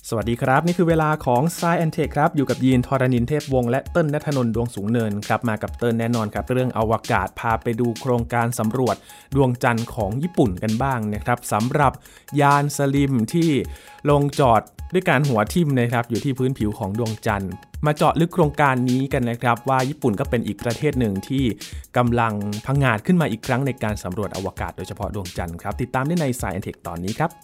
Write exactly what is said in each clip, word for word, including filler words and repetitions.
สวัสดีครับนี่คือเวลาของ Science แอนด์ Tech ครับอยู่กับยีนทรณินเทพวงศ์และเติ้ลณัฐนนท์ดวงสูงเนินครับมากับเติ้ลแน่นอนครับเรื่องอวกาศพาไปดูโครงการสำรวจดวงจันทร์ของญี่ปุ่นกันบ้างนะครับสำหรับยานสลิมที่ลงจอดด้วยการหัวทิ่มนะครับอยู่ที่พื้นผิวของดวงจันทร์มาเจาะลึกโครงการนี้กันนะครับว่าญี่ปุ่นก็เป็นอีกประเทศหนึ่งที่กำลังผงาดขึ้นมาอีกครั้งในการสำรวจอวกาศโดยเฉพาะดวงจันทร์ครับติดตามได้ใน Science แอนด์ Tech ตอนนี้ครับ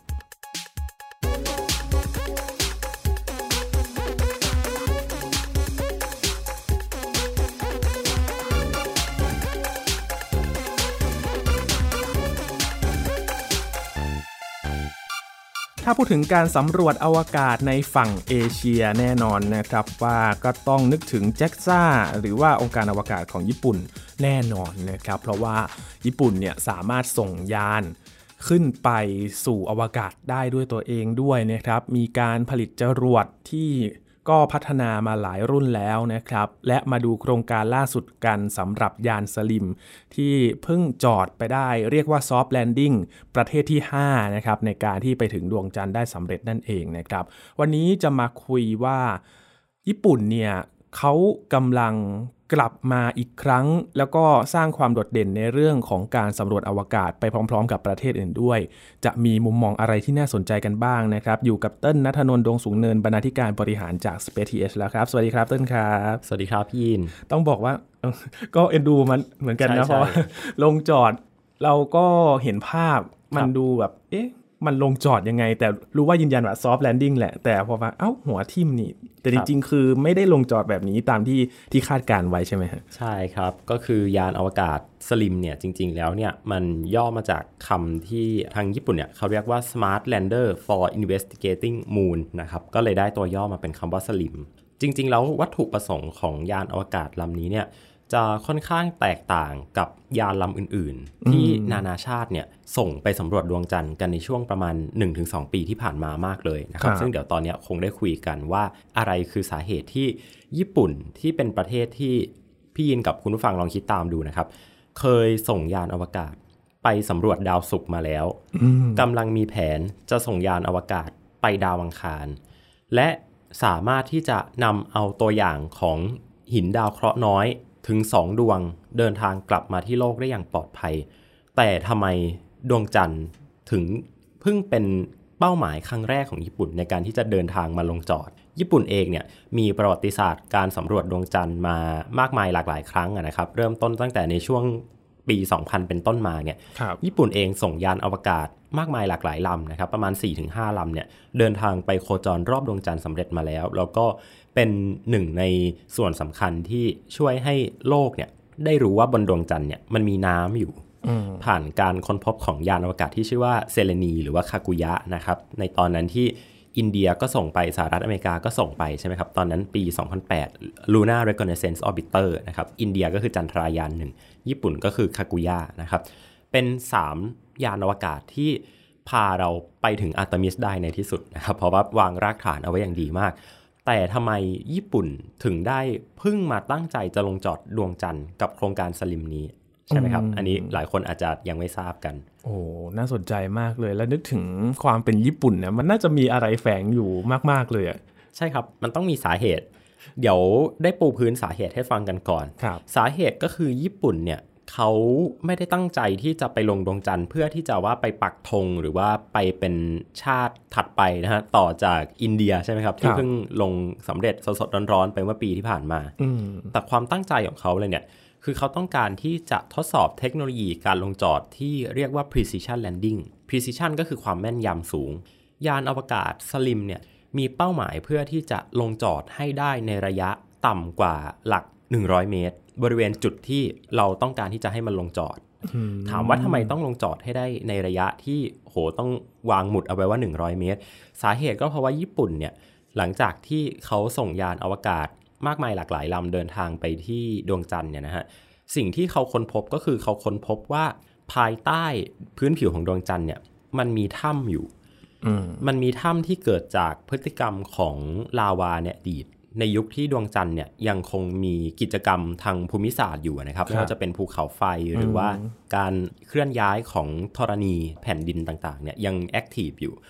ถ้าพูดถึงการสำรวจอวกาศในฝั่งเอเชียแน่นอนนะครับว่าก็ต้องนึกถึง เจ เอ็ก เอ เอ หรือว่าองค์การอวกาศของญี่ปุ่นแน่นอนนะครับเพราะว่าญี่ปุ่นเนี่ยสามารถส่งยานขึ้นไปสู่อวกาศได้ด้วยตัวเองด้วยนะครับมีการผลิตจรวดที่ก็พัฒนามาหลายรุ่นแล้วนะครับและมาดูโครงการล่าสุดกันสำหรับยานสลิมที่เพิ่งจอดไปได้เรียกว่าซอฟต์แลนดิ้งประเทศที่ห้านะครับในการที่ไปถึงดวงจันทร์ได้สำเร็จนั่นเองนะครับวันนี้จะมาคุยว่าญี่ปุ่นเนี่ยเขากำลังกลับมาอีกครั้งแล้วก็สร้างความโดดเด่นในเรื่องของการสำรวจอวกาศไปพร้อมๆกับประเทศอื่นด้วยจะมีมุมมองอะไรที่น่าสนใจกันบ้างนะครับอยู่กับเติ้ลณัฐนนท์ดวงสูงเนินบรรณาธิการบริหารจาก Space ที เอช แล้วครับสวัสดีครับเติ้ลครับสวัสดีครับพี่ยินต้องบอกว่าก็เอ็นดูมันเหมือนกันนะเพราะลงจอดเราก็เห็นภาพมันดูแบบเอ๊ะมันลงจอดยังไงแต่รู้ว่ายืนยันว่าซอฟต์แลนดิ้งแหละแต่พอว่าเอ้าหัวทิ่มนี่แต่จริงๆคือไม่ได้ลงจอดแบบนี้ตามที่ที่คาดการไว้ใช่ไหมฮะใช่ครับก็คือยานอวกาศสลิมเนี่ยจริงๆแล้วเนี่ยมันย่อมาจากคำที่ทางญี่ปุ่นเนี่ยเขาเรียกว่า Smart Lander for Investigating Moon นะครับก็เลยได้ตัวย่อมาเป็นคำว่าสลิมจริงๆแล้ววัตถุประสงค์ของยานอวกาศลำนี้เนี่ยจะค่อนข้างแตกต่างกับยานลำอื่นๆที่นานาชาติเนี่ยส่งไปสำรวจดวงจันทร์กันในช่วงประมาณ หนึ่งถึงสอง ปีที่ผ่านมามากเลยนะครับซึ่งเดี๋ยวตอนนี้คงได้คุยกันว่าอะไรคือสาเหตุที่ญี่ปุ่นที่เป็นประเทศที่พี่ยินกับคุณผู้ฟังลองคิดตามดูนะครับเคยส่งยานอวกาศไปสำรวจดาวศุกร์มาแล้วกำลังมีแผนจะส่งยานอวกาศไปดาวอังคารและสามารถที่จะนำเอาตัวอย่างของหินดาวเคราะห์น้อยถึงสองดวงเดินทางกลับมาที่โลกได้อย่างปลอดภัยแต่ทำไมดวงจันทร์ถึงเพิ่งเป็นเป้าหมายครั้งแรกของญี่ปุ่นในการที่จะเดินทางมาลงจอดญี่ปุ่นเองเนี่ยมีประวัติศาสตร์การสำรวจดวงจันทร์มามากมายหลากหลายครั้งนะครับเริ่มต้นตั้งแต่ในช่วงปีสองพันเป็นต้นมาเนี่ยญี่ปุ่นเองส่งยานอวกาศมากมายหลากหลายลำนะครับประมาณ สี่ถึงห้า ลำเนี่ยเดินทางไปโคจรรอบดวงจันทร์สำเร็จมาแล้วแล้วก็เป็นหนึ่งในส่วนสำคัญที่ช่วยให้โลกเนี่ยได้รู้ว่าบนดวงจันทร์เนี่ยมันมีน้ำอยู่ผ่านการค้นพบของยานอวกาศที่ชื่อว่าเซเลนีหรือว่าคากุยะนะครับในตอนนั้นที่อินเดียก็ส่งไปสหรัฐอเมริกาก็ส่งไปใช่ไหมครับตอนนั้นปีสองพันแปด Lunar Reconnaissance Orbiter นะครับอินเดียก็คือจันทรายานหนึ่งญี่ปุ่นก็คือคากุยะนะครับเป็นสามยานอวกาศที่พาเราไปถึงอาร์เตมิสได้ในที่สุดนะครับเพราะว่าวางรากฐานเอาไว้อย่างดีมากแต่ทำไมญี่ปุ่นถึงได้เพิ่งมาตั้งใจจะลงจอดดวงจันทร์กับโครงการสลิมนี้ใช่ไหมครับอันนี้หลายคนอาจจะยังไม่ทราบกันโอ้น่าสนใจมากเลยแล้วนึกถึงความเป็นญี่ปุ่นเนี่ยมันน่าจะมีอะไรแฝงอยู่มากๆเลยอ่ะใช่ครับมันต้องมีสาเหตุเดี๋ยวได้ปูพื้นสาเหตุให้ฟังกันก่อนสาเหตุก็คือญี่ปุ่นเนี่ยเขาไม่ได้ตั้งใจที่จะไปลงดวงจันทร์เพื่อที่จะว่าไปปักธงหรือว่าไปเป็นชาติถัดไปนะฮะต่อจากอินเดียใช่ไหมครับที่เพิ่งลงสำเร็จสดๆร้อนๆไปเมื่อปีที่ผ่านมาแต่ความตั้งใจของเขาเลยเนี่ยคือเขาต้องการที่จะทดสอบเทคโนโลยีการลงจอดที่เรียกว่า precision landing precision ก็คือความแม่นยำสูงยานอวกาศสลิมเนี่ยมีเป้าหมายเพื่อที่จะลงจอดให้ได้ในระยะต่ำกว่าหลักหนึ่งร้อยเมตรบริเวณจุดที่เราต้องการที่จะให้มันลงจอดถามว่าทำไมต้องลงจอดให้ได้ในระยะที่โหต้องวางหมุดเอาไว้ว่าหนึ่งร้อยเมตรสาเหตุก็เพราะว่าญี่ปุ่นเนี่ยหลังจากที่เขาส่งยานอวกาศมากมายหลากหลายลำเดินทางไปที่ดวงจันทร์เนี่ยนะฮะสิ่งที่เขาค้นพบก็คือเขาค้นพบว่าภายใต้พื้นผิวของดวงจันทร์เนี่ยมันมีถ้ำอยู่มันมีถ้ำที่เกิดจากพฤติกรรมของลาวาเนี่ยดีดในยุคที่ดวงจันทร์เนี่ยยังคงมีกิจกรรมทางภูมิศาสตร์อยู่นะครับไม่ว่าจะเป็นภูเขาไฟหรือว่าการเคลื่อนย้ายของธรณีแผ่นดินต่างๆเนี่ยยังแอคทีฟอยู่ แ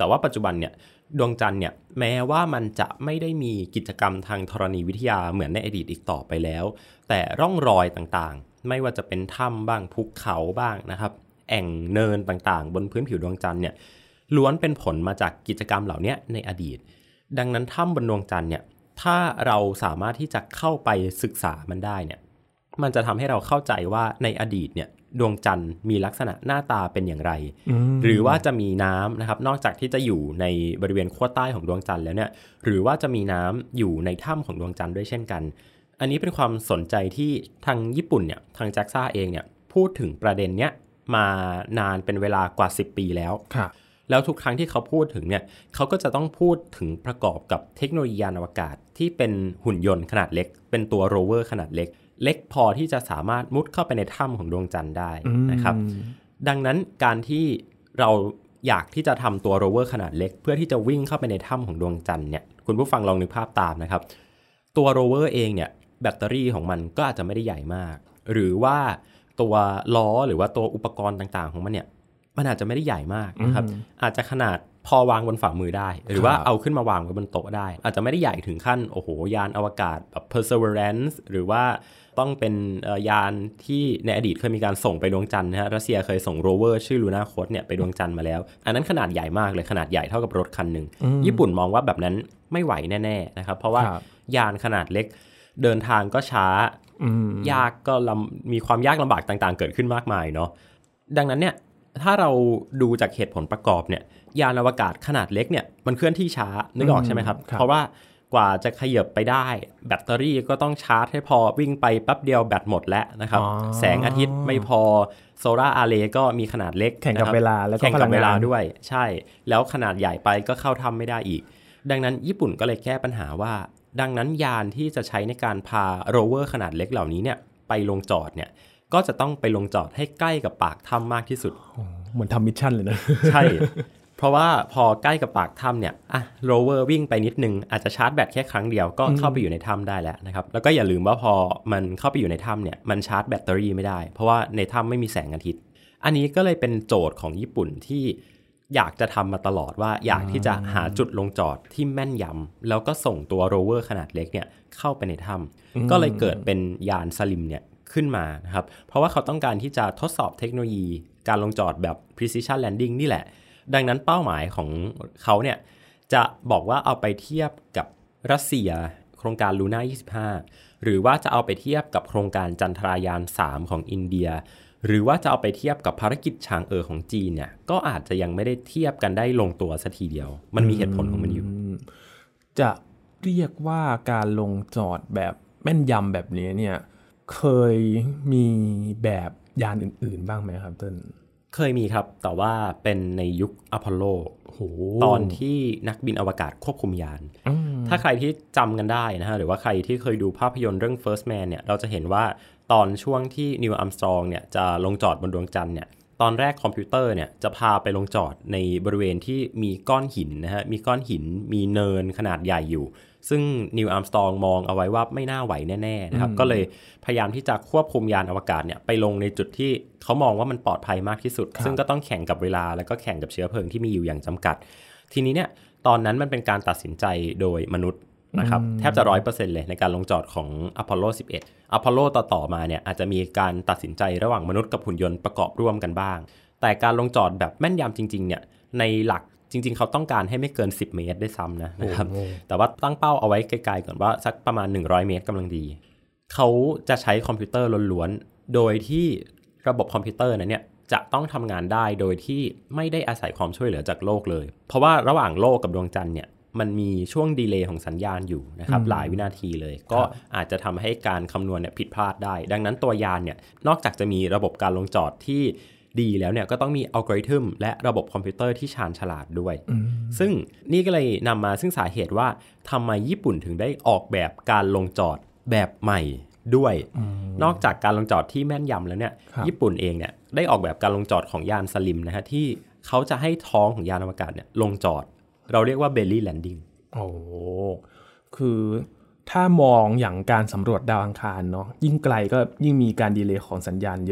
แต่ว่าปัจจุบันเนี่ยดวงจันทร์เนี่ยแม้ว่ามันจะไม่ได้มีกิจกรรมทางธรณีวิทยาเหมือนในอดีตอีกต่อไปแล้วแต่ร่องรอยต่างๆไม่ว่าจะเป็นถ้ำบ้างภูเขาบ้างนะครับแอ่งเนินต่างๆบนพื้นผิวดวงจันทร์เนี่ยล้วนเป็นผลมาจากกิจกรรมเหล่านี้ในอดีตดังนั้นถ้ำบนดวงจันทร์เนี่ยถ้าเราสามารถที่จะเข้าไปศึกษามันได้เนี่ยมันจะทำให้เราเข้าใจว่าในอดีตเนี่ยดวงจันทร์มีลักษณะหน้าตาเป็นอย่างไรหรือว่าจะมีน้ำนะครับนอกจากที่จะอยู่ในบริเวณขั้วใต้ของดวงจันทร์แล้วเนี่ยหรือว่าจะมีน้ำอยู่ในถ้ำของดวงจันทร์ด้วยเช่นกันอันนี้เป็นความสนใจที่ทางญี่ปุ่นเนี่ยทางแจ็คซ่าเองเนี่ยพูดถึงประเด็นเนี้ยมานานเป็นเวลากว่าสิบปีแล้วแล้วทุกครั้งที่เขาพูดถึงเนี่ยเขาก็จะต้องพูดถึงประกอบกับเทคโนโลยียานอวกาศที่เป็นหุ่นยนต์ขนาดเล็กเป็นตัวโรเวอร์ขนาดเล็กเล็กพอที่จะสามารถมุดเข้าไปในถ้ำของดวงจันทร์ได้นะครับดังนั้นการที่เราอยากที่จะทำตัวโรเวอร์ขนาดเล็กเพื่อที่จะวิ่งเข้าไปในถ้ำของดวงจันทร์เนี่ยคุณผู้ฟังลองนึกภาพตามนะครับตัวโรเวอร์เองเนี่ยแบตเตอรี่ของมันก็อาจจะไม่ได้ใหญ่มากหรือว่าตัวล้อหรือว่าตัวอุปกรณ์ต่างๆของมันเนี่ยมันอาจจะไม่ได้ใหญ่มากนะครับอาจจะขนาดพอวางบนฝ่ามือได้หรือว่าเอาขึ้นมาวางไว้บนโต๊ะได้อาจจะไม่ได้ใหญ่ถึงขั้นโอ้โหยานอวกาศแบบ Perseverance หรือว่าต้องเป็นยานที่ในอดีตเคยมีการส่งไปดวงจันทร์นะฮะรัสเซียเคยส่งโรเวอร์ชื่อลูน่าโคสเนี่ยไปดวงจันทร์มาแล้วอันนั้นขนาดใหญ่มากเลยขนาดใหญ่เท่ากับรถคันหนึ่งญี่ปุ่นมองว่าแบบนั้นไม่ไหวแน่ๆนะครับเพราะว่ายานขนาดเล็กเดินทางก็ช้ายากก็มีความยากลำบากต่างๆเกิดขึ้นมากมายเนาะดังนั้นเนี่ยถ้าเราดูจากเหตุผลประกอบเนี่ยยานอวกาศขนาดเล็กเนี่ยมันเคลื่อนที่ช้านึกออกใช่ไหมครับเพราะว่ากว่าจะขยับไปได้แบตเตอรี่ก็ต้องชาร์จให้พอวิ่งไปแป๊บเดียวแบตหมดแล้วนะครับแสงอาทิตย์ไม่พอโซล่าร์อาร์เรย์ก็มีขนาดเล็กแข่งกับเวลาแล้วก็แข่งกับเวลาด้วยใช่แล้วขนาดใหญ่ไปก็เข้าถ้ำไม่ได้อีกดังนั้นญี่ปุ่นก็เลยแก้ปัญหาว่าดังนั้นยานที่จะใช้ในการพาโรเวอร์ขนาดเล็กเหล่านี้เนี่ยไปลงจอดเนี่ยก็จะต้องไปลงจอดให้ใกล้กับปากถ้ำมากที่สุดเหมือนทำมิชชั่นเลยนะใช่เพราะว่าพอใกล้กับปากถ้ำเนี่ยอ่ะโรเวอร์วิ่งไปนิดนึงอาจจะชาร์จแบตแค่ครั้งเดียวก็เข้าไปอยู่ในถ้ำได้แล้วนะครับแล้วก็อย่าลืมว่าพอมันเข้าไปอยู่ในถ้ำเนี่ยมันชาร์จแบตเตอรี่ไม่ได้เพราะว่าในถ้ำไม่มีแสงอาทิตย์อันนี้ก็เลยเป็นโจทย์ของญี่ปุ่นที่อยากจะทำมาตลอดว่าอยากที่จะหาจุดลงจอดที่แม่นยำแล้วก็ส่งตัวโรเวอร์ขนาดเล็กเนี่ยเข้าไปในถ้ำก็เลยเกิดเป็นยานสลิมเนี่ยขึ้นมานะครับเพราะว่าเขาต้องการที่จะทดสอบเทคโนโลยีการลงจอดแบบ precision landing นี่แหละดังนั้นเป้าหมายของเขาเนี่ยจะบอกว่าเอาไปเทียบกับรัสเซียโครงการลูน่ายี่สิบห้าหรือว่าจะเอาไปเทียบกับโครงการจันทรายานสามของอินเดียหรือว่าจะเอาไปเทียบกับภารกิจชางเอ๋อของจีนเนี่ยก็อาจจะยังไม่ได้เทียบกันได้ลงตัวสักทีเดียวมันมีเหตุผลของมันอยู่จะเรียกว่าการลงจอดแบบแม่นยำแบบนี้เนี่ยเคยมีแบบยานอื่นๆบ้างไหมครับเติ้ลเคยมีครับแต่ว่าเป็นในยุคอพอลโลตอนที่นักบินอวกาศควบคุมยานถ้าใครที่จำกันได้นะฮะหรือว่าใครที่เคยดูภาพยนตร์เรื่อง First Man เนี่ยเราจะเห็นว่าตอนช่วงที่นิวอัมสตรองเนี่ยจะลงจอดบนดวงจันทร์เนี่ยตอนแรกคอมพิวเตอร์เนี่ยจะพาไปลงจอดในบริเวณที่มีก้อนหินนะฮะมีก้อนหินมีเนินขนาดใหญ่อยู่ซึ่งนิวอัมสตรองมองเอาไว้ว่าไม่น่าไหวแน่ๆนะครับก็เลยพยายามที่จะควบคุมยานอวกาศเนี่ยไปลงในจุดที่เขามองว่ามันปลอดภัยมากที่สุดซึ่งก็ต้องแข่งกับเวลาแล้วก็แข่งกับเชื้อเพลิงที่มีอยู่อย่างจำกัดทีนี้เนี่ยตอนนั้นมันเป็นการตัดสินใจโดยมนุษย์นะครับแทบจะ ร้อยเปอร์เซ็นต์ เลยในการลงจอดของอพอลโลสิบเอ็ดอพอลโลต่อๆมาเนี่ยอาจจะมีการตัดสินใจระหว่างมนุษย์กับหุ่นยนต์ประกอบร่วมกันบ้างแต่การลงจอดแบบแม่นยำจริงๆเนี่ยในหลักจริงๆเขาต้องการให้ไม่เกินสิบเมตรได้ซ้ำนะนะครับแต่ว่าตั้งเป้าเอาไว้ไกลๆก่อนว่าสักประมาณหนึ่งร้อยเมตรกำลังดีเขาจะใช้คอมพิวเตอร์ล้วนๆโดยที่ระบบคอมพิวเตอร์นั้นเนี่ยจะต้องทำงานได้โดยที่ไม่ได้อาศัยความช่วยเหลือจากโลกเลยเพราะว่าระหว่างโลกกับดวงจันทร์เนี่ยมันมีช่วงดีเลย์ของสัญญาณอยู่นะครับหลายวินาทีเลยก็อาจจะทำให้การคำนวณเนี่ยผิดพลาดได้ดังนั้นตัวยานเนี่ยนอกจากจะมีระบบการลงจอดที่ดีแล้วเนี่ยก็ต้องมีอัลกอริทึมและระบบคอมพิวเตอร์ที่ชาญฉลาดด้วยซึ่งนี่ก็เลยนำมาซึ่งสาเหตุว่าทำไมญี่ปุ่นถึงได้ออกแบบการลงจอดแบบใหม่ด้วยนอกจากการลงจอดที่แม่นยำแล้วเนี่ยญี่ปุ่นเองเนี่ยได้ออกแบบการลงจอดของยานสลิมนะฮะที่เขาจะให้ท้องของยานอวกาศเนี่ยลงจอดเราเรียกว่า belly landing โอ้คือถ้ามองอย่างการสำรวจดาวอังคารเนาะยิ่งไกลก็ยิ่งมีการดีเลย์ของสัญญาณเยอะ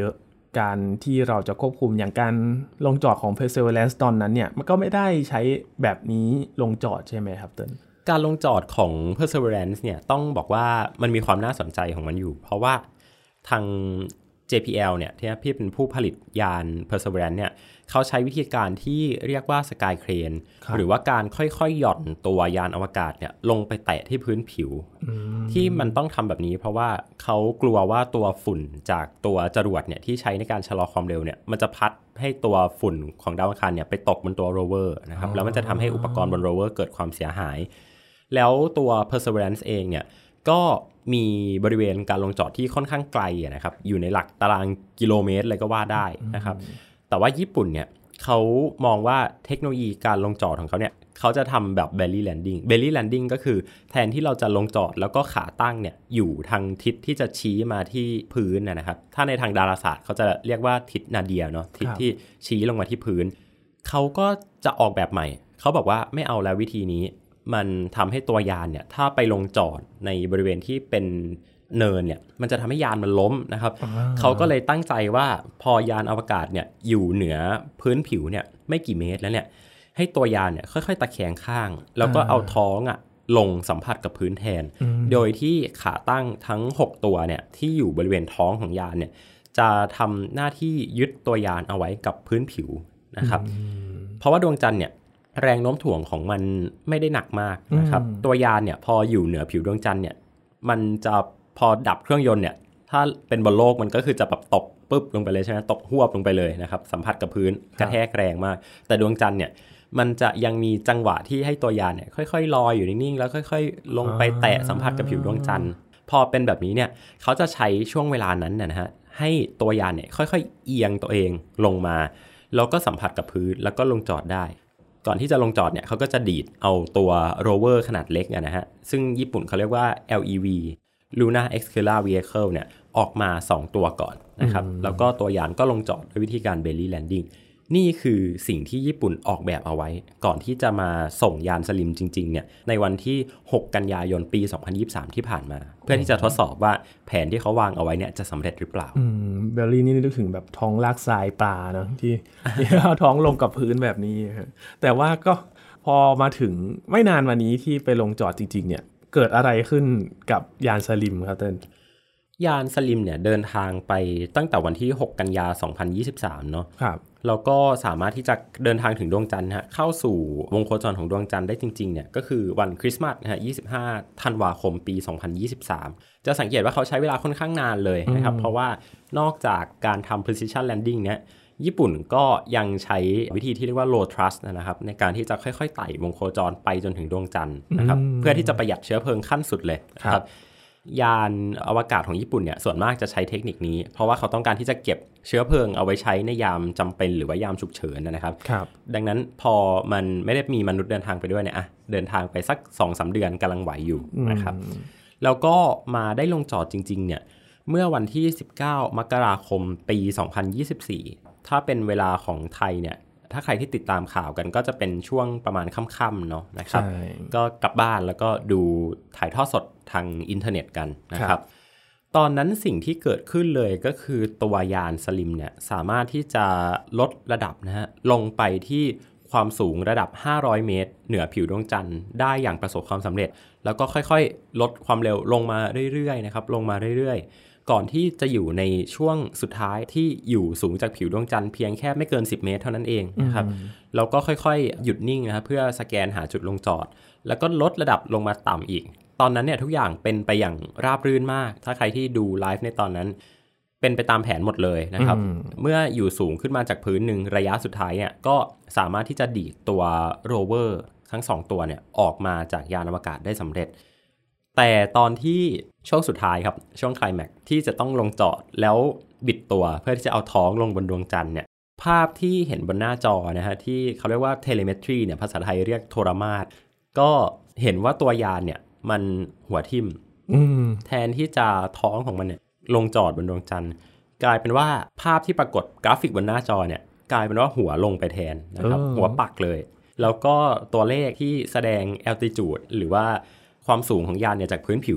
การที่เราจะควบคุมอย่างการลงจอดของ Perseverance ตอนนั้นเนี่ยมันก็ไม่ได้ใช้แบบนี้ลงจอดใช่ไหมครับเติ้ลการลงจอดของ Perseverance เนี่ยต้องบอกว่ามันมีความน่าสนใจของมันอยู่เพราะว่าทาง เจ พี แอล เนี่ยที่พี่เป็นผู้ผลิตยาน Perseverance เนี่ยเขาใช้วิธีการที่เรียกว่า Sky Crane หรือว่าการค่อยๆหย่อนตัวยานอวกาศเนี่ยลงไปแตะที่พื้นผิวที่มันต้องทำแบบนี้เพราะว่าเขากลัวว่าตัวฝุ่นจากตัวจรวดเนี่ยที่ใช้ในการชะลอความเร็วเนี่ยมันจะพัดให้ตัวฝุ่นของดาวอังคารเนี่ยไปตกบนตัวโรเวอร์นะครับแล้วมันจะทำให้อุปกรณ์บนโรเวอร์เกิดความเสียหายแล้วตัว Perseverance เองเนี่ยก็มีบริเวณการลงจอดที่ค่อนข้างไกลนะครับอยู่ในหลักตารางกิโลเมตรเลยก็ว่าได้นะครับแต่ว่าญี่ปุ่นเนี่ยเขามองว่าเทคโนโลยีการลงจอดของเขาเนี่ยเขาจะทำแบบ belly landing belly landing ก็คือแทนที่เราจะลงจอดแล้วก็ขาตั้งเนี่ยอยู่ทางทิศที่จะชี้มาที่พื้นนะครับถ้าในทางดาราศาสตร์เขาจะเรียกว่าทิศนาเดียเนาะทิศที่ชี้ลงมาที่พื้นเขาก็จะออกแบบใหม่เขาบอกว่าไม่เอาแล้ววิธีนี้มันทำให้ตัวยานเนี่ยถ้าไปลงจอดในบริเวณที่เป็นเนินเนี่ยมันจะทำให้ยานมันล้มนะครับเขาก็เลยตั้งใจว่าพอยานอวกาศเนี่ยอยู่เหนือพื้นผิวเนี่ยไม่กี่เมตรแล้วเนี่ยให้ตัวยานเนี่ยค่อยๆตะแคงข้างแล้วก็เอาท้องอ่ะลงสัมผัสกับพื้นแทนโดยที่ขาตั้งทั้งหกตัวเนี่ยที่อยู่บริเวณท้องของยานเนี่ยจะทำหน้าที่ยึดตัวยานเอาไว้กับพื้นผิวนะครับเพราะว่าดวงจันทร์เนี่ยแรงโน้มถ่วงของมันไม่ได้หนักมากนะครับตัวยานเนี่ยพออยู่เหนือผิวดวงจันทร์เนี่ยมันจะพอดับเครื่องยนต์เนี่ยถ้าเป็นบนโลกมันก็คือจะแบบตกปึ๊บลงไปเลยใช่ไหมตกหวบลงไปเลยนะครับสัมผัสกับพื้นกระแทกแรงมากแต่ดวงจันทร์เนี่ยมันจะยังมีจังหวะที่ให้ตัวยานเนี่ยค่อยๆลอยอยู่นิ่งๆแล้วค่อยๆลงไปแตะสัมผัสกับผิวดวงจันทร์พอเป็นแบบนี้เนี่ยเขาจะใช้ช่วงเวลานั้นนะฮะให้ตัวยานเนี่ยค่อยๆเอียงตัวเองลงมาแล้วก็สัมผัสกับพื้นแล้วก็ลงจอดได้ก่อนที่จะลงจอดเนี่ยเขาก็จะดีดเอาตัวโรเวอร์ขนาดเล็กนะฮะซึ่งญี่ปุ่นเขาเรียกว่า แอล อี วี Lunar Excellent Vehicle เนี่ยออกมาสองตัวก่อนนะครับแล้วก็ตัวยานก็ลงจอดด้วยวิธีการ belly landing นี่คือสิ่งที่ญี่ปุ่นออกแบบเอาไว้ก่อนที่จะมาส่งยานสลิมจริงๆเนี่ยในวันที่หกกันยายนปีสองพันยี่สิบสามที่ผ่านมาเพื่อที่จะทดสอบว่าแผนที่เขาวางเอาไว้เนี่ยจะสำเร็จหรือเปล่าอืมเบลลี่นี่นึกถึงแบบท้องลากทรายปลาเนาะที่ เอาท้องลงกับพื้นแบบนี้แต่ว่าก็พอมาถึงไม่นานมานี้ที่ไปลงจอดจริงๆเนี่ยเกิดอะไรขึ้นกับยานสลิมครับเติ้ลยานสลิมเนี่ยเดินทางไปตั้งแต่วันที่หกกันยายนสองพันยี่สิบสามเนาะครับแล้วก็สามารถที่จะเดินทางถึงดวงจันทร์ฮะเข้าสู่วงโคจรของดวงจันทร์ได้จริงๆเนี่ยก็คือวันคริสต์มาสนะฮะยี่สิบห้าธันวาคมปีสองพันยี่สิบสามจะสังเกตว่าเขาใช้เวลาค่อนข้างนานเลยนะครับเพราะว่านอกจากการทำ precision landing เนี่ยญี่ปุ่นก็ยังใช้วิธีที่เรียกว่า low thrust นะครับในการที่จะค่อยๆไต่วงโคจรไปจนถึงดวงจันทร์นะครับเพื่อที่จะประหยัดเชื้อเพลิงขั้นสุดเลยครับยานอวกาศของญี่ปุ่นเนี่ยส่วนมากจะใช้เทคนิคนี้เพราะว่าเขาต้องการที่จะเก็บเชื้อเพลิงเอาไว้ใช้ในยามจำเป็นหรือว่ายามฉุกเฉินนะครับดังนั้นพอมันไม่ได้มีมนุษย์เดินทางไปด้วยเนี่ยอ่ะเดินทางไปสัก สองถึงสาม เดือนกำลังไหวอยู่นะครับแล้วก็มาได้ลงจอดจริงๆเนี่ยเมื่อวันที่สิบเก้ามกราคมปีสองพันยี่สิบสี่ถ้าเป็นเวลาของไทยเนี่ยถ้าใครที่ติดตามข่าวกันก็จะเป็นช่วงประมาณค่ำๆเนาะนะครับก็กลับบ้านแล้วก็ดูถ่ายทอดสดทางอินเทอร์เน็ตกันนะครับตอนนั้นสิ่งที่เกิดขึ้นเลยก็คือตัวยานสลิมเนี่ยสามารถที่จะลดระดับนะฮะลงไปที่ความสูงระดับห้าร้อยเมตรเหนือผิวดวงจันทร์ได้อย่างประสบความสำเร็จแล้วก็ค่อยๆลดความเร็วลงมาเรื่อยๆนะครับลงมาเรื่อยๆก่อนที่จะอยู่ในช่วงสุดท้ายที่อยู่สูงจากผิวดวงจันทร์เพียงแค่ไม่เกินสิบเมตรเท่านั้นเองนะครับแล้วก็ค่อยๆหยุดนิ่งนะครับเพื่อสแกนหาจุดลงจอดแล้วก็ลดระดับลงมาต่ำอีกตอนนั้นเนี่ยทุกอย่างเป็นไปอย่างราบรื่นมากถ้าใครที่ดูไลฟ์ในตอนนั้นเป็นไปตามแผนหมดเลยนะครับเมื่ออยู่สูงขึ้นมาจากพื้นหนึ่งระยะสุดท้ายเนี่ยก็สามารถที่จะดีดตัวโรเวอร์ทั้งสองตัวเนี่ยออกมาจากยานอวกาศได้สำเร็จแต่ตอนที่ช่วงสุดท้ายครับช่วงไคลแม็กซ์ที่จะต้องลงจอดแล้วบิดตัวเพื่อที่จะเอาท้องลงบนดวงจันทร์เนี่ยภาพที่เห็นบนหน้าจอนะฮะที่เขาเรียกว่าเทเลเมตรีเนี่ยภาษาไทยเรียกโทรมาศก็เห็นว่าตัวยานเนี่ยมันหัวทิ่มแทนที่จะท้องของมันเนี่ยลงจอดบนดวงจันทร์กลายเป็นว่าภาพที่ปรากฏกราฟิกบนหน้าจอเนี่ยกลายเป็นว่าหัวลงไปแทนนะครับหัวปักเลยแล้วก็ตัวเลขที่แสดง altitude หรือว่าความสูงของยานเนี่ยจากพื้นผิวเนี่ย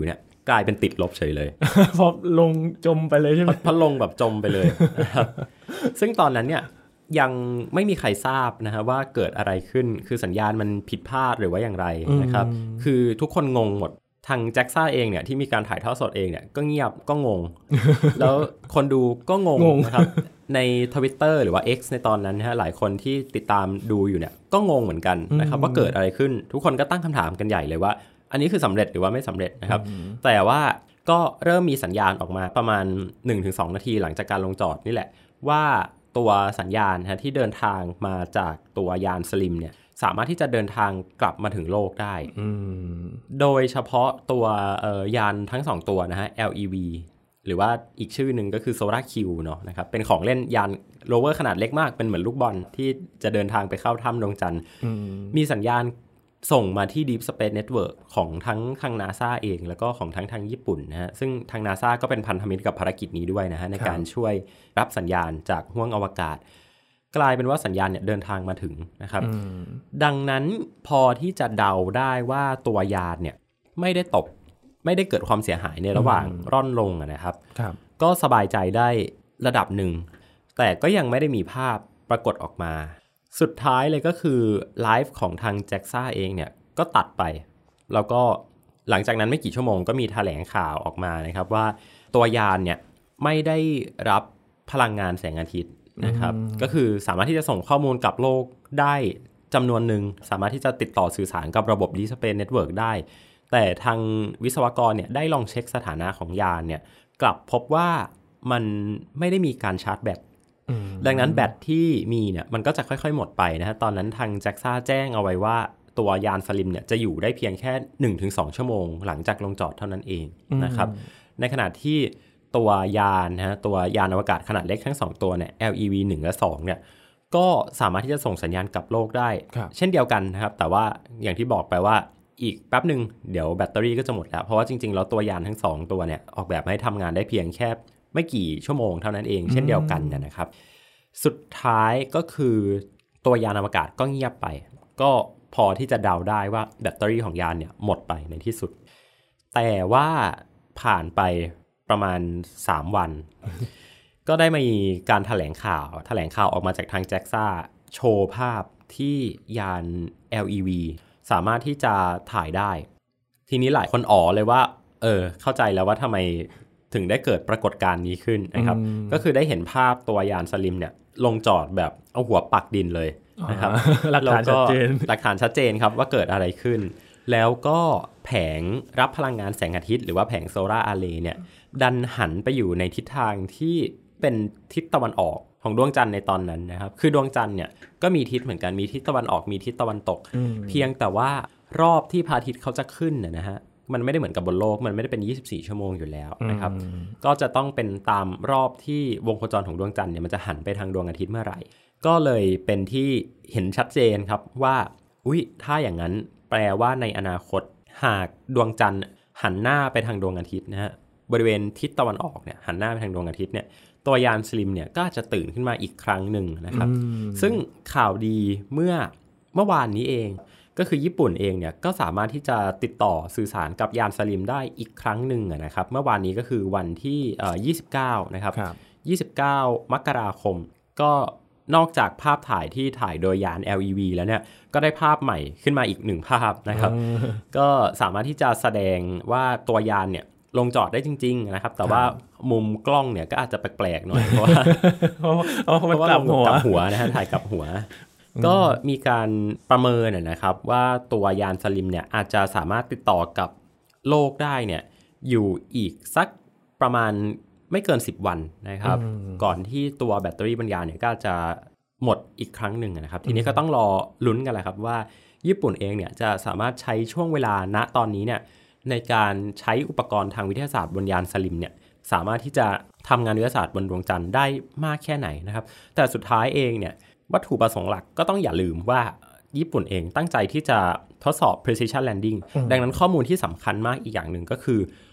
กลายเป็นติดลบเฉยเลยพอลงจมไปเลยใช่ไหมพอลงแบบจมไปเลย นะครับซึ่งตอนนั้นเนี่ยยังไม่มีใครทราบนะฮะว่าเกิดอะไรขึ้นคือสัญญาณมันผิดพลาดหรือว่าอย่างไรนะครับคือทุกคนงงหมดทางแจ็คซ่าเองเนี่ยที่มีการถ่ายทอดสดเองเนี่ยก็เงียบก็งง แล้วคนดูก็งงนะครับใน Twitter หรือว่า X ในตอนนั้นนะฮะหลายคนที่ติดตามดูอยู่เนี่ยก็งงเหมือนกันนะครับว่าเกิดอะไรขึ้นทุกคนก็ตั้งคำถามกันใหญ่เลยว่าอันนี้คือสำเร็จหรือว่าไม่สำเร็จนะครับแต่ว่าก็เริ่มมีสัญญาณออกมาประมาณ หนึ่งถึงสอง นาทีหลังจากการลงจอดนี่แหละว่าตัวสัญญาณฮะที่เดินทางมาจากตัวยานสลิมเนี่ยสามารถที่จะเดินทางกลับมาถึงโลกได้โดยเฉพาะตัวยานทั้งสองตัวนะฮะ แอล อี วี หรือว่าอีกชื่อหนึ่งก็คือ Solar Q เนาะนะครับเป็นของเล่นยานโรเวอร์ขนาดเล็กมากเป็นเหมือนลูกบอลที่จะเดินทางไปเข้าถ้ำดวงจันทร์มีสัญญาณส่งมาที่ Deep Space Network ของทั้งทาง NASA เองแล้วก็ของทั้งทางญี่ปุ่นนะฮะซึ่งทาง NASA ก็เป็นพันธมิตรกับภารกิจนี้ด้วยนะฮะในการช่วยรับสัญญาณจากห้วงอวกาศกลายเป็นว่าสัญญาณเนี่ยเดินทางมาถึงนะครับดังนั้นพอที่จะเดาได้ว่าตัวยานเนี่ยไม่ได้ตกไม่ได้เกิดความเสียหายในระหว่างร่อนลงนะครับก็สบายใจได้ระดับหนึ่งแต่ก็ยังไม่ได้มีภาพปรากฏออกมาสุดท้ายเลยก็คือไลฟ์ของทางแจ็คซ่าเองเนี่ยก็ตัดไปแล้วก็หลังจากนั้นไม่กี่ชั่วโมงก็มีแถลงข่าวออกมานะครับว่าตัวยานเนี่ยไม่ได้รับพลังงานแสงอาทิตย์นะครับก็คือสามารถที่จะส่งข้อมูลกับโลกได้จำนวนหนึ่งสามารถที่จะติดต่อสื่อสารกับระบบ Deep Space Network ได้แต่ทางวิศวกรเนี่ยได้ลองเช็คสถานะของยานเนี่ยกลับพบว่ามันไม่ได้มีการชาร์จแบตดังนั้นแบตที่มีเนี่ยมันก็จะค่อยๆหมดไปนะฮะตอนนั้นทางแจ็คซ่าแจ้งเอาไว้ว่าตัวยานสลิมเนี่ยจะอยู่ได้เพียงแค่ หนึ่งถึงสอง ชั่วโมงหลังจากลงจอดเท่านั้นเองนะครับในขณะที่ตัวยานนะฮะตัวยานอวกาศขนาดเล็กทั้งสองตัวเนี่ย แอล อี วี หนึ่ง และ สองเนี่ยก็สามารถที่จะส่งสัญญาณกลับโลกได้เช่นเดียวกันนะครับแต่ว่าอย่างที่บอกไปว่าอีกแป๊บหนึ่งเดี๋ยวแบตเตอรี่ก็จะหมดแล้วเพราะว่าจริงๆแล้วตัวยานทั้งสองตัวเนี่ยออกแบบให้ทำงานได้เพียงแค่ไม่กี่ชั่วโมงเท่านั้นเองเช่นเดียวกันนะครับสุดท้ายก็คือตัวยานอวกาศก็เงียบไปก็พอที่จะเดาได้ว่าแบตเตอรี่ของยานเนี่ยหมดไปในที่สุดแต่ว่าผ่านไปประมาณสามวัน ก็ได้มีการแถลงข่าวแถลงข่าวออกมาจากทางแจ็คซ่าโชว์ภาพที่ยาน แอล อี วี สามารถที่จะถ่ายได้ทีนี้หลายคนอ๋อเลยว่าเออเข้าใจแล้วว่าทำไมถึงได้เกิดปรากฏการณ์นี้ขึ้นนะครับก็คือได้เห็นภาพตัวยานสลิมเนี่ยลงจอดแบบเอาหัวปักดินเลยนะครับหลักฐานชัดเจนหลักฐานชัดเจนครับว่าเกิดอะไรขึ้นแล้วก็แผงรับพลังงานแสงอาทิตย์หรือว่าแผงโซลาร์อาร์เรย์เนี่ยดันหันไปอยู่ในทิศทางที่เป็นทิศตะวันออกของดวงจันทร์ในตอนนั้นนะครับคือดวงจันทร์เนี่ยก็มีทิศเหมือนกันมีทิศตะวันออกมีทิศตะวันตกเพียงแต่ว่ารอบที่พระอาทิตย์เขาจะขึ้นนะฮะมันไม่ได้เหมือนกับบนโลกมันไม่ได้เป็นยี่สิบสี่ชั่วโมงอยู่แล้วนะครับก็จะต้องเป็นตามรอบที่วงโคจรของดวงจันทร์เนี่ยมันจะหันไปทางดวงอาทิตย์เมื่อไหร่ก็เลยเป็นที่เห็นชัดเจนครับว่าอุ๊ยถ้าอย่างนั้นแปลว่าในอนาคตหากดวงจันทร์หันหน้าไปทางดวงอาทิตย์นะฮะบริเวณทิศตะวันออกเนี่ยหันหน้าไปทางดวงอาทิตย์เนี่ยตัวยานสลิมเนี่ยก็จะตื่นขึ้นมาอีกครั้งหนึ่งนะครับซึ่งข่าวดีเมื่อเมื่อวานนี้เองก็คือญี่ปุ่นเองเนี่ยก็สามารถที่จะติดต่อสื่อสารกับยานสลิมได้อีกครั้งหนึ่งนะครับเมื่อวานนี้ก็คือวันที่เอ่อยี่สิบเก้านะครับยี่สิบเก้ามกราคมก็นอกจากภาพถ่ายที่ถ่ายโดยยาน แอล อี วี แล้วเนี่ยก็ได้ภาพใหม่ขึ้นมาอีกหนึ่งภาพนะครับก็สามารถที่จะแสดงว่าตัวยานเนี่ยลงจอดได้จริงๆนะครับแต่ว่ามุมกล้องเนี่ยก็อาจจะแปลกๆหน่อยเพราะว่าเพราะว่าลงกลับหัวนะฮะถ่ายกลับหัวก็มีการประเมินนะครับว่าตัวยานสลิมเนี่ยอาจจะสามารถติดต่อกับโลกได้เนี่ยอยู่อีกสักประมาณไม่เกินสิบวันนะครับก่อนที่ตัวแบตเตอรี่บนยานเนี่ยก็จะหมดอีกครั้งหนึ่งนะครับทีนี้ก็ต้องรอลุ้นกันแหละครับว่าญี่ปุ่นเองเนี่ยจะสามารถใช้ช่วงเวลาณตอนนี้เนี่ยในการใช้อุปกรณ์ทางวิทยาศาสตร์บนยานสลิมเนี่ยสามารถที่จะทำงานวิทยาศาสตร์บนดวงจันทร์ได้มากแค่ไหนนะครับแต่สุดท้ายเองเนี่ยวัตถุประสงค์หลักก็ต้องอย่าลืมว่าญี่ปุ่นเองตั้งใจที่จะทดสอบ precision landing ดังนั้นข้อมูลที่สำคัญมากอีกอย่างหนึ่งก็คือ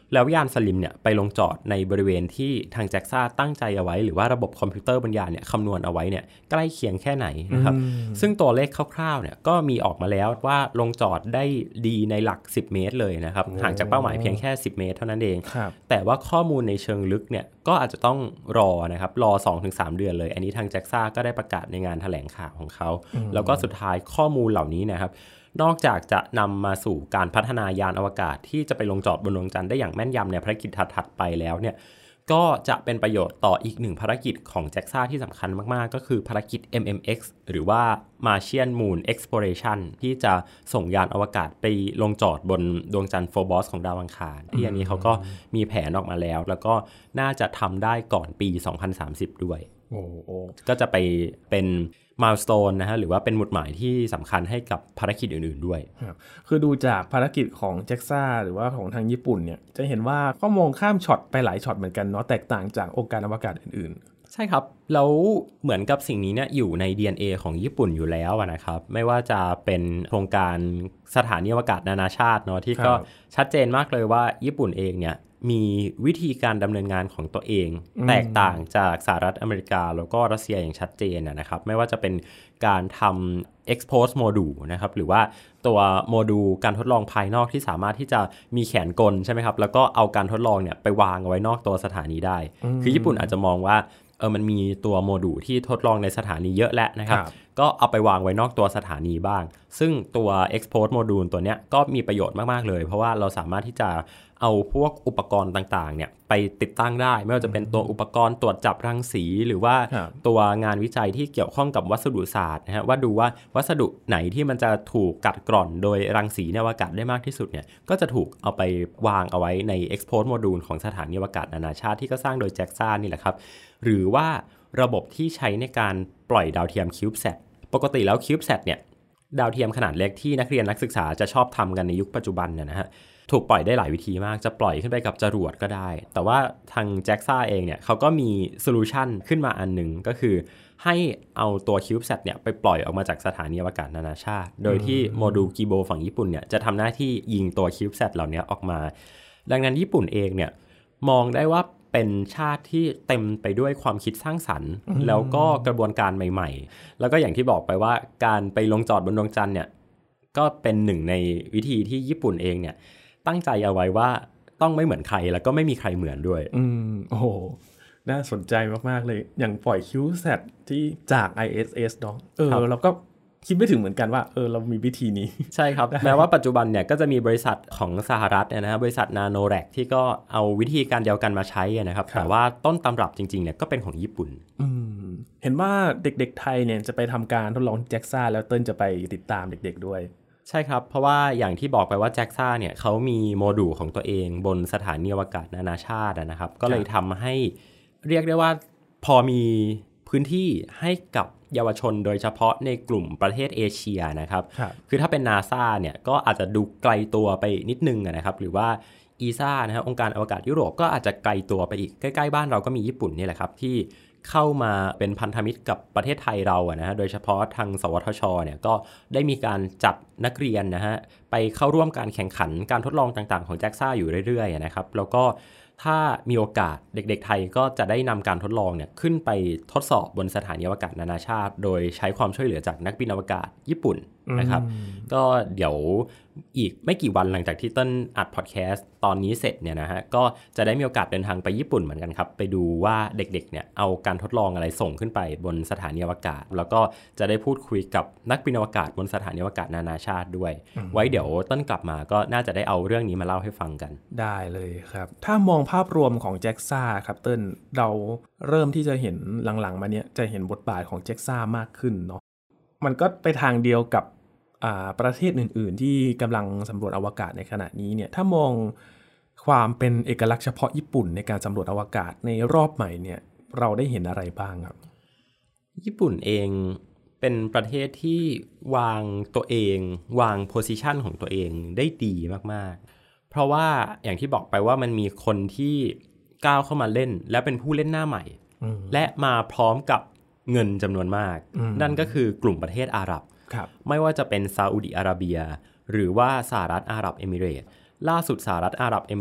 แล้วยานสลิมเนี่ยไปลงจอดในบริเวณที่ทางแจ็กซ่าตั้งใจเอาไว้หรือว่าระบบคอมพิวเตอร์บนยานเนี่ยคำนวณเอาไว้เนี่ยใกล้เคียงแค่ไหนนะครับซึ่งตัวเลขคร่าวๆเนี่ยก็มีออกมาแล้วว่าลงจอดได้ดีในหลักสิบเมตรเลยนะครับห่างจากเป้าหมายเพียงแค่สิบเมตรเท่านั้นเองแต่ว่าข้อมูลในเชิงลึกเนี่ยก็อาจจะต้องรอนะครับรอ สองถึงสาม เดือนเลยอันนี้ทางแจ็กซ่าก็ได้ประกาศในงานแถลงข่าวของเขาแล้วก็สุดท้ายข้อมูลเหล่านี้นะครับนอกจากจะนำมาสู่การพัฒนายานอวกาศที่จะไปลงจอดบนดวงจันทร์ได้อย่างแม่นยำในภารกิจถัดๆไปแล้วเนี่ยก็จะเป็นประโยชน์ต่ออีกหนึ่งภารกิจของแจ็กซ่าที่สำคัญมากๆก็คือภารกิจ เอ็ม เอ็ม เอ็กซ์ หรือว่า Martian Moon Exploration ที่จะส่งยานอวกาศไปลงจอดบนดวงจันทร์โฟบอสของดาวอังคารที่อันนี้เขาก็มีแผนออกมาแล้วแล้วก็น่าจะทำได้ก่อนปีสองพันสามสิบด้วยโอ้ก็จะไปเป็นmilestone นะฮะหรือว่าเป็นหมุดหมายที่สำคัญให้กับภารกิจอื่นๆด้วยคือดูจากภารกิจของแจ็กซ่าหรือว่าของทางญี่ปุ่นเนี่ยจะเห็นว่าก็มองข้ามช็อตไปหลายช็อตเหมือนกันเนาะแตกต่างจากองค์การอวกาศอื่นๆใช่ครับแล้วเหมือนกับสิ่งนี้เนี่ยอยู่ใน ดี เอ็น เอ ของญี่ปุ่นอยู่แล้วนะครับไม่ว่าจะเป็นโครงการสถานีอวกาศนานาชาติเนาะที่ก็ชัดเจนมากเลยว่าญี่ปุ่นเองเนี่ยมีวิธีการดำเนินงานของตัวเองแตกต่างจากสหรัฐอเมริกาแล้วก็รัสเซียอย่างชัดเจนนะครับไม่ว่าจะเป็นการทำ expose module นะครับหรือว่าตัวโมดูลการทดลองภายนอกที่สามารถที่จะมีแขนกลใช่ไหมครับแล้วก็เอาการทดลองเนี่ยไปวางไว้นอกตัวสถานีได้คือญี่ปุ่นอาจจะมองว่าเออมันมีตัวโมดูลที่ทดลองในสถานีเยอะแล้วนะครับก็เอาไปวางไว้นอกตัวสถานีบ้างซึ่งตัว expose module ตัวเนี้ยก็มีประโยชน์มากๆเลยเพราะว่าเราสามารถที่จะเอาพวกอุปกรณ์ต่างๆเนี่ยไปติดตั้งได้ไม่ว่าจะเป็นตัวอุปกรณ์ตรวจจับรังสีหรือว่าตัวงานวิจัยที่เกี่ยวข้องกับวัสดุศาสตร์นะฮะว่าดูว่าวัสดุไหนที่มันจะถูกกัดกร่อนโดยรังสีในอวกาศได้มากที่สุดเนี่ยก็จะถูกเอาไปวางเอาไว้ใน expose module ของสถานีอวกาศนานาชาติที่ก็สร้างโดยแจ็กซ่านี่แหละครับหรือว่าระบบที่ใช้ในการปล่อยดาวเทียม CubeSat ปกติแล้ว CubeSat เนี่ยดาวเทียมขนาดเล็กที่นักเรียนนักศึกษาจะชอบทำกันในยุคปัจจุบันเนี่ยนะฮะถูกปล่อยได้หลายวิธีมากจะปล่อยขึ้นไปกับจรวดก็ได้แต่ว่าทางแจ็กซ่าเองเนี่ยเขาก็มีโซลูชันขึ้นมาอันหนึ่งก็คือให้เอาตัว CubeSat เนี่ยไปปล่อยออกมาจากสถานีอวกาศนานาชาติโดยที่โมดูลกิโบฝั่งญี่ปุ่นเนี่ยจะทำหน้าที่ยิงตัว CubeSat เหล่านี้ออกมาดังนั้นญี่ปุ่นเองเนี่ยมองได้ว่าเป็นชาติที่เต็มไปด้วยความคิดสร้างสรรค์แล้วก็กระบวนการใหม่ๆแล้วก็อย่างที่บอกไปว่าการไปลงจอดบนดวงจันทร์เนี่ยก็เป็นหนึ่งในวิธีที่ญี่ปุ่นเองเนี่ยตั้งใจเอาไว้ว่าต้องไม่เหมือนใครแล้วก็ไม่มีใครเหมือนด้วยอืมโอ้โหน่าสนใจมากๆเลยอย่างปล่อย CubeSat ที่จาก ไอ เอส เอส เนาะเออเราก็คิดไม่ถึงเหมือนกันว่าเออเรามีวิธีนี้ใช่ครับ แม้ว่าปัจจุบันเนี่ยก็จะมีบริษัทของสหรัฐเนี่ยนะฮะบริษัท Nanorack ที่ก็เอาวิธีการเดียวกันมาใช้นะครับแต่ว่าต้นตำรับจริงๆเนี่ยก็เป็นของญี่ปุ่นอืมเห็นว่าเด็กๆไทยเนี่ยจะไปทำการทดลองแจ็กซ่าแล้วเติ้ลจะไปติดตามเด็กๆด้วยใช่ครับเพราะว่าอย่างที่บอกไปว่าแจ็กซ่าเนี่ยเขามีโมดูลของตัวเองบนสถานีอวกาศนานาชาตินะครับก็เลยทำให้เรียกได้ว่าพอมีพื้นที่ให้กับเยาวชนโดยเฉพาะในกลุ่มประเทศเอเชียนะครับคือถ้าเป็น NASA เนี่ยก็อาจจะดูไกลตัวไปนิดนึงนะครับหรือว่า อี เอส เอ นะครับองค์การอวกาศยุโรปก็อาจจะไกลตัวไปอีกใกล้ๆบ้านเราก็มีญี่ปุ่นนี่แหละครับที่เข้ามาเป็นพันธมิตรกับประเทศไทยเราอะนะฮะโดยเฉพาะทางสวทช.เนี่ยก็ได้มีการจัดนักเรียนนะฮะไปเข้าร่วมการแข่งขันการทดลองต่างๆของแจ็กซ่าอยู่เรื่อยๆนะครับแล้วก็ถ้ามีโอกาสเด็กๆไทยก็จะได้นำการทดลองเนี่ยขึ้นไปทดสอบบนสถานีอวกาศนานาชาติโดยใช้ความช่วยเหลือจากนักบินอวกาศญี่ปุ่นนะครับก็เดี๋ยวอีกไม่กี่วันหลังจากที่ต้นอัดพอดแคสต์ตอนนี้เสร็จเนี่ยนะฮะก็จะได้มีโอกาสเดินทางไปญี่ปุ่นเหมือนกันครับไปดูว่าเด็กๆเนี่ยเอาการทดลองอะไรส่งขึ้นไปบนสถานีอวกาศแล้วก็จะได้พูดคุยกับนักบินอวกาศบนสถานีอวกาศนานาชาติด้วยไว้เดี๋ยวต้นกลับมาก็น่าจะได้เอาเรื่องนี้มาเล่าให้ฟังกันได้เลยครับถ้ามองภาพรวมของแจ็กซ่าครับเติ้ลเราเริ่มที่จะเห็นหลังๆมาเนี้ยจะเห็นบทบาทของแจ็กซ่ามากขึ้นเนาะมันก็ไปทางเดียวกับประเทศอื่นๆที่กำลังสำรวจอวกาศในขณะนี้เนี่ยถ้ามองความเป็นเอกลักษณ์เฉพาะญี่ปุ่นในการสำรวจอวกาศในรอบใหม่เนี่ยเราได้เห็นอะไรบ้างครับญี่ปุ่นเองเป็นประเทศที่วางตัวเองวางโพสิชันของตัวเองได้ดีมากๆเพราะว่าอย่างที่บอกไปว่ามันมีคนที่ก้าวเข้ามาเล่นและเป็นผู้เล่นหน้าใหม่และมาพร้อมกับเงินจำนวนมากนั่นก็คือกลุ่มประเทศอาหรับไม่ว่าจะเป็นซาอุดิอาระเบียหรือว่าสหรัฐอาหรับเอมิเรตส์ล่าสุดสหรัฐอาหรับเอมิเรตส์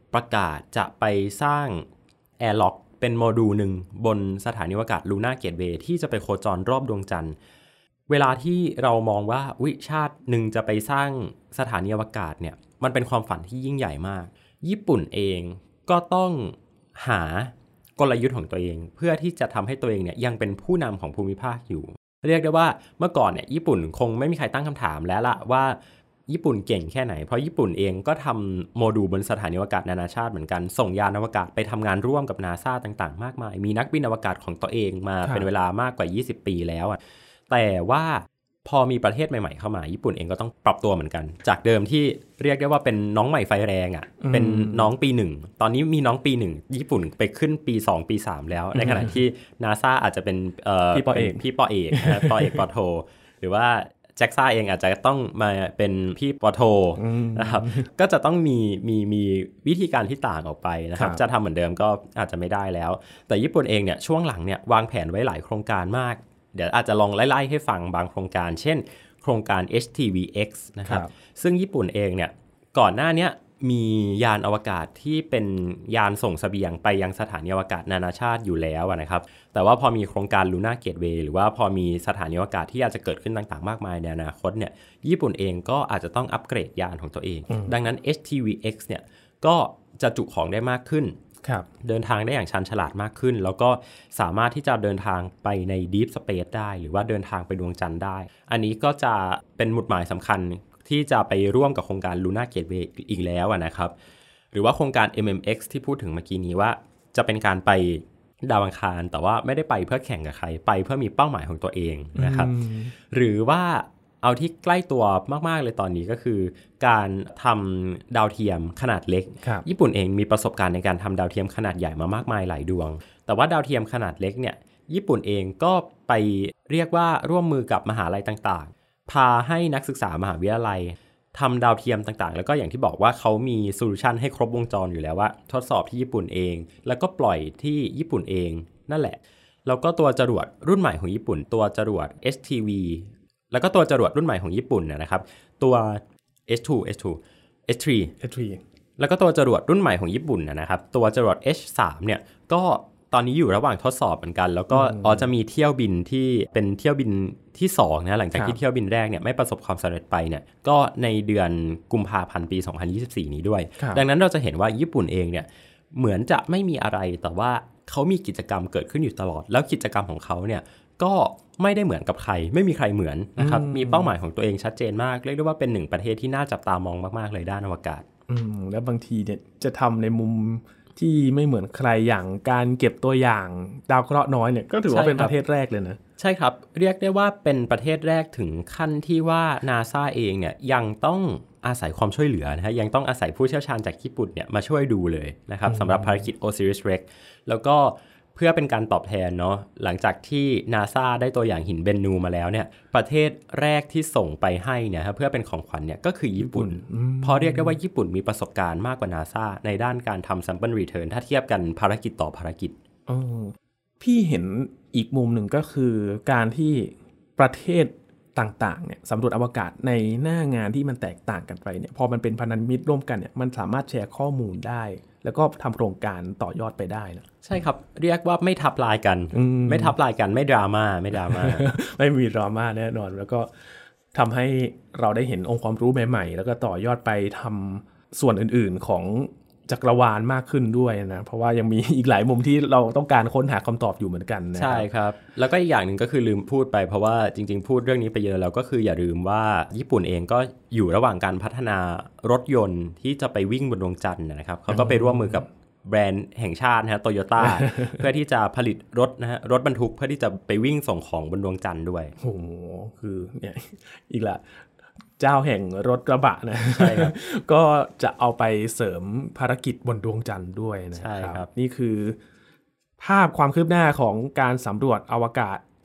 ประกาศจะไปสร้าง Airlock เป็นโมดูลหนึ่งบนสถานีอวกาศ Lunar Gateway ที่จะไปโคจรรอบดวงจันทร์เวลาที่เรามองว่าวิชาติหนึ่งจะไปสร้างสถานีอวกาศเนี่ยมันเป็นความฝันที่ยิ่งใหญ่มากญี่ปุ่นเองก็ต้องหากลยุทธ์ของตัวเองเพื่อที่จะทำให้ตัวเองเนี่ยยังเป็นผู้นำของภูมิภาคอยู่เรียกได้ว่าเมื่อก่อนเนี่ยญี่ปุ่นคงไม่มีใครตั้งคำถามแล้วล่ะว่าญี่ปุ่นเก่งแค่ไหนเพราะญี่ปุ่นเองก็ทำโมดูลบนสถานีอวกาศนานาชาติเหมือนกันส่งยานอวกาศไปทำงานร่วมกับ NASA ต่างๆมากมายมีนักบินอวกาศของตัวเองมาเป็นเวลามากกว่ายี่สิบปีแล้วอ่ะแต่ว่าพอมีประเทศใหม่ๆเข้ามาญี่ปุ่นเองก็ต้องปรับตัวเหมือนกันจากเดิมที่เรียกได้ว่าเป็นน้องใหม่ไฟแรงอ่ะเป็นน้องปีหนึ่งตอนนี้มีน้องปีหนึ่งญี่ปุ่นไปขึ้นปีสองปีสามแล้วในขณะที่ NASA อาจจะเป็นเอ่อพี่ปอเอกพี่ปอเอกนะปอเอกปอโทหรือว่าแจ็คซ่าเองอาจจะต้องมาเป็นพี่ปอโทนะครับก็จะต้องมีมีมีวิธีการที่ต่างออกไปนะครับจะทำเหมือนเดิมก็อาจจะไม่ได้แล้วแต่ญี่ปุ่นเองเนี่ยช่วงหลังเนี่ยวางแผนไว้หลายโครงการมากเดี๋ยวอาจจะลองไล่ๆให้ฟังบางโครงการเช่นโครงการ เอช ที วี เอ็กซ์ นะครับซึ่งญี่ปุ่นเองเนี่ยก่อนหน้านี้มียานอวกาศที่เป็นยานส่งเสบียงไปยังสถานีอวกาศนานาชาติอยู่แล้วนะครับแต่ว่าพอมีโครงการ Lunar Gateway หรือว่าพอมีสถานีอวกาศที่อาจจะเกิดขึ้นต่างๆมากมายในอนาคตเนี่ยญี่ปุ่นเองก็อาจจะต้องอัปเกรดยานของตัวเองดังนั้น เอช ที วี เอ็กซ์ เนี่ยก็จะจุของได้มากขึ้นเดินทางได้อย่างชันฉลาดมากขึ้นแล้วก็สามารถที่จะเดินทางไปใน Deep Space ได้หรือว่าเดินทางไปดวงจันทร์ได้อันนี้ก็จะเป็นหมุดหมายสำคัญที่จะไปร่วมกับโครงการ Lunar Gateway อีกแล้วนะครับหรือว่าโครงการ เอ็ม เอ็ม เอ็กซ์ ที่พูดถึงเมื่อกี้นี้ว่าจะเป็นการไปดาวอังคารแต่ว่าไม่ได้ไปเพื่อแข่งกับใครไปเพื่อมีเป้าหมายของตัวเองนะครับหรือว่าเอาที่ใกล้ตัวมากๆเลยตอนนี้ก็คือการทำดาวเทียมขนาดเล็กญี่ปุ่นเองมีประสบการณ์ในการทำดาวเทียมขนาดใหญ่มามากมายหลายดวงแต่ว่าดาวเทียมขนาดเล็กเนี่ยญี่ปุ่นเองก็ไปเรียกว่าร่วมมือกับมหาลัยต่างๆพาให้นักศึกษามหาวิทยาลัยทำดาวเทียมต่างๆแล้วก็อย่างที่บอกว่าเขามีโซลูชันให้ครบวงจรอยู่แล้วว่าทดสอบที่ญี่ปุ่นเองแล้วก็ปล่อยที่ญี่ปุ่นเองนั่นแหละแล้วก็ตัวจรวดรุ่นใหม่ของญี่ปุ่นตัวจรวด เอช ที วีแล้วก็ตัวจรวดรุ่นใหม่ของญี่ปุ่นนะครับตัว เอช ทู เอช ทู เอช ทรีเอช ทรีแล้วก็ตัวจรวดรุ่นใหม่ของญี่ปุ่นนะครับตัวจรวด เอช ทรี เนี่ยก็ตอนนี้อยู่ระหว่างทดสอบเหมือนกันแล้วก็อ๋อจะมีเที่ยวบินที่เป็นเที่ยวบินที่สองนะหลังจากที่เที่ยวบินแรกเนี่ยไม่ประสบความสำเร็จไปเนี่ยก็ในเดือนกุมภาพันธ์ปีสองพันยี่สิบสี่นี้ด้วยดังนั้นเราจะเห็นว่าญี่ปุ่นเองเนี่ยเหมือนจะไม่มีอะไรแต่ว่าเขามีกิจกรรมเกิดขึ้นอยู่ตลอดแล้วกิจกรรมของเขาเนี่ยก็ไม่ได้เหมือนกับใครไม่มีใครเหมือนนะครับมีเป้าหมายของตัวเองชัดเจนมากเรียกได้ว่าเป็นหนึ่งประเทศที่น่าจับตามองมากๆเลยด้านอวกาศอืมแล้วบางทีเนี่ยจะทำในมุมที่ไม่เหมือนใครอย่างการเก็บตัวอย่างดาวเคราะห์น้อยเนี่ยก็ถือว่าเป็นประเทศแรกเลยนะใช่ครับเรียกได้ว่าเป็นประเทศแรกถึงขั้นที่ว่า NASA เองเนี่ยยังต้องอาศัยความช่วยเหลือนะฮะยังต้องอาศัยผู้เชี่ยวชาญจากญี่ปุ่นเนี่ยมาช่วยดูเลยนะครับสำหรับภารกิจ Osiris-Rex แล้วก็เพื่อเป็นการตอบแทนเนาะหลังจากที่ NASA ได้ตัวอย่างหินเบนนูมาแล้วเนี่ยประเทศแรกที่ส่งไปให้เนี่ยครับเพื่อเป็นของขวัญเนี่ยก็คือญี่ปุ่นเพราะเรียกได้ว่าญี่ปุ่นมีประสบการณ์มากกว่า NASA ในด้านการทำ Sample Return ถ้าเทียบกันภารกิจต่อภารกิจอ๋อพี่เห็นอีกมุมหนึ่งก็คือการที่ประเทศต่างๆเนี่ยสำรวจอวกาศในหน้างานที่มันแตกต่างกันไปเนี่ยพอมันเป็นพันธมิตรร่วมกันเนี่ยมันสามารถแชร์ข้อมูลได้แล้วก็ทำโครงการต่อยอดไปได้นะใช่ครับเรียกว่าไม่ทับลายกันไม่ทับลายกันไม่ดราม่าไม่ดราม่าไม่มีดราม่าแน่นอนแล้วก็ทำให้เราได้เห็นองค์ความรู้ใหม่ๆแล้วก็ต่อยอดไปทำส่วนอื่นๆของจักรวาลมากขึ้นด้วยนะเพราะว่ายังมีอีกหลายมุมที่เราต้องการค้นหาคำตอบอยู่เหมือนกันนะใช่ครับแล้วก็อีกอย่างหนึ่งก็คือลืมพูดไปเพราะว่าจริงๆพูดเรื่องนี้ไปเยอะแล้วก็คืออย่าลืมว่าญี่ปุ่นเองก็อยู่ระหว่างการพัฒนารถยนต์ที่จะไปวิ่งบนดวงจันทร์นะครับเขาก็ไปร่วมมือกับแบรนด์แห่งชาตินะฮะโตโยต้า เพื่อที่จะผลิตรถนะฮะรถบรรทุกเพื่อที่จะไปวิ่งส่งของบนดวงจันทร์ด้วยโอ้โหคือเนี่ยอีกละเจ้าแห่งรถกระบะนะใช่ครับก็จะเอาไปเสริมภารกิจบนดวงจันทร์ด้วยนะครับนี่คือภาพความคืบหน้าของการสำรวจอวกาศ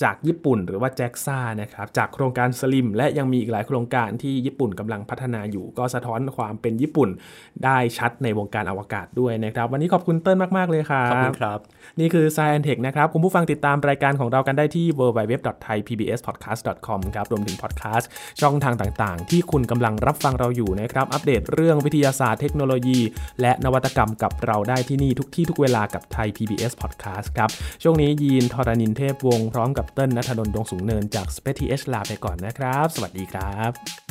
จากญี่ปุ่นหรือว่า แจ็กซ่า นะครับจากโครงการ Slim และยังมีอีกหลายโครงการที่ญี่ปุ่นกำลังพัฒนาอยู่ก็สะท้อนความเป็นญี่ปุ่นได้ชัดในวงการอวกาศด้วยนะครับวันนี้ขอบคุณเติ้ลมากๆเลยครับขอบคุณครับนี่คือ Science Tech นะครับคุณผู้ฟังติดตามรายการของเรากันได้ที่ ดับเบิลยู ดับเบิลยู ดับเบิลยู ดอท ไทย พี บี เอส พอดแคสต์ ดอท คอม ครับรวมถึงพอดแคสต์ช่องทางต่างๆที่คุณกำลังรับฟังเราอยู่นะครับอัปเดตเรื่องวิทยาศาสตร์เทคโนโลยีและนวัตกรรมกับเราได้ที่นี่ทุกที่ทุกเวลากับไทย พี บี เอส Podcast ครับช่วงนี้ยีนทรณินเทพวงศ์พร้อมกับเติ้ลณัฐดล ดวงสูงเนินจาก Space ที เอช ลาไปก่อนนะครับสวัสดีครับ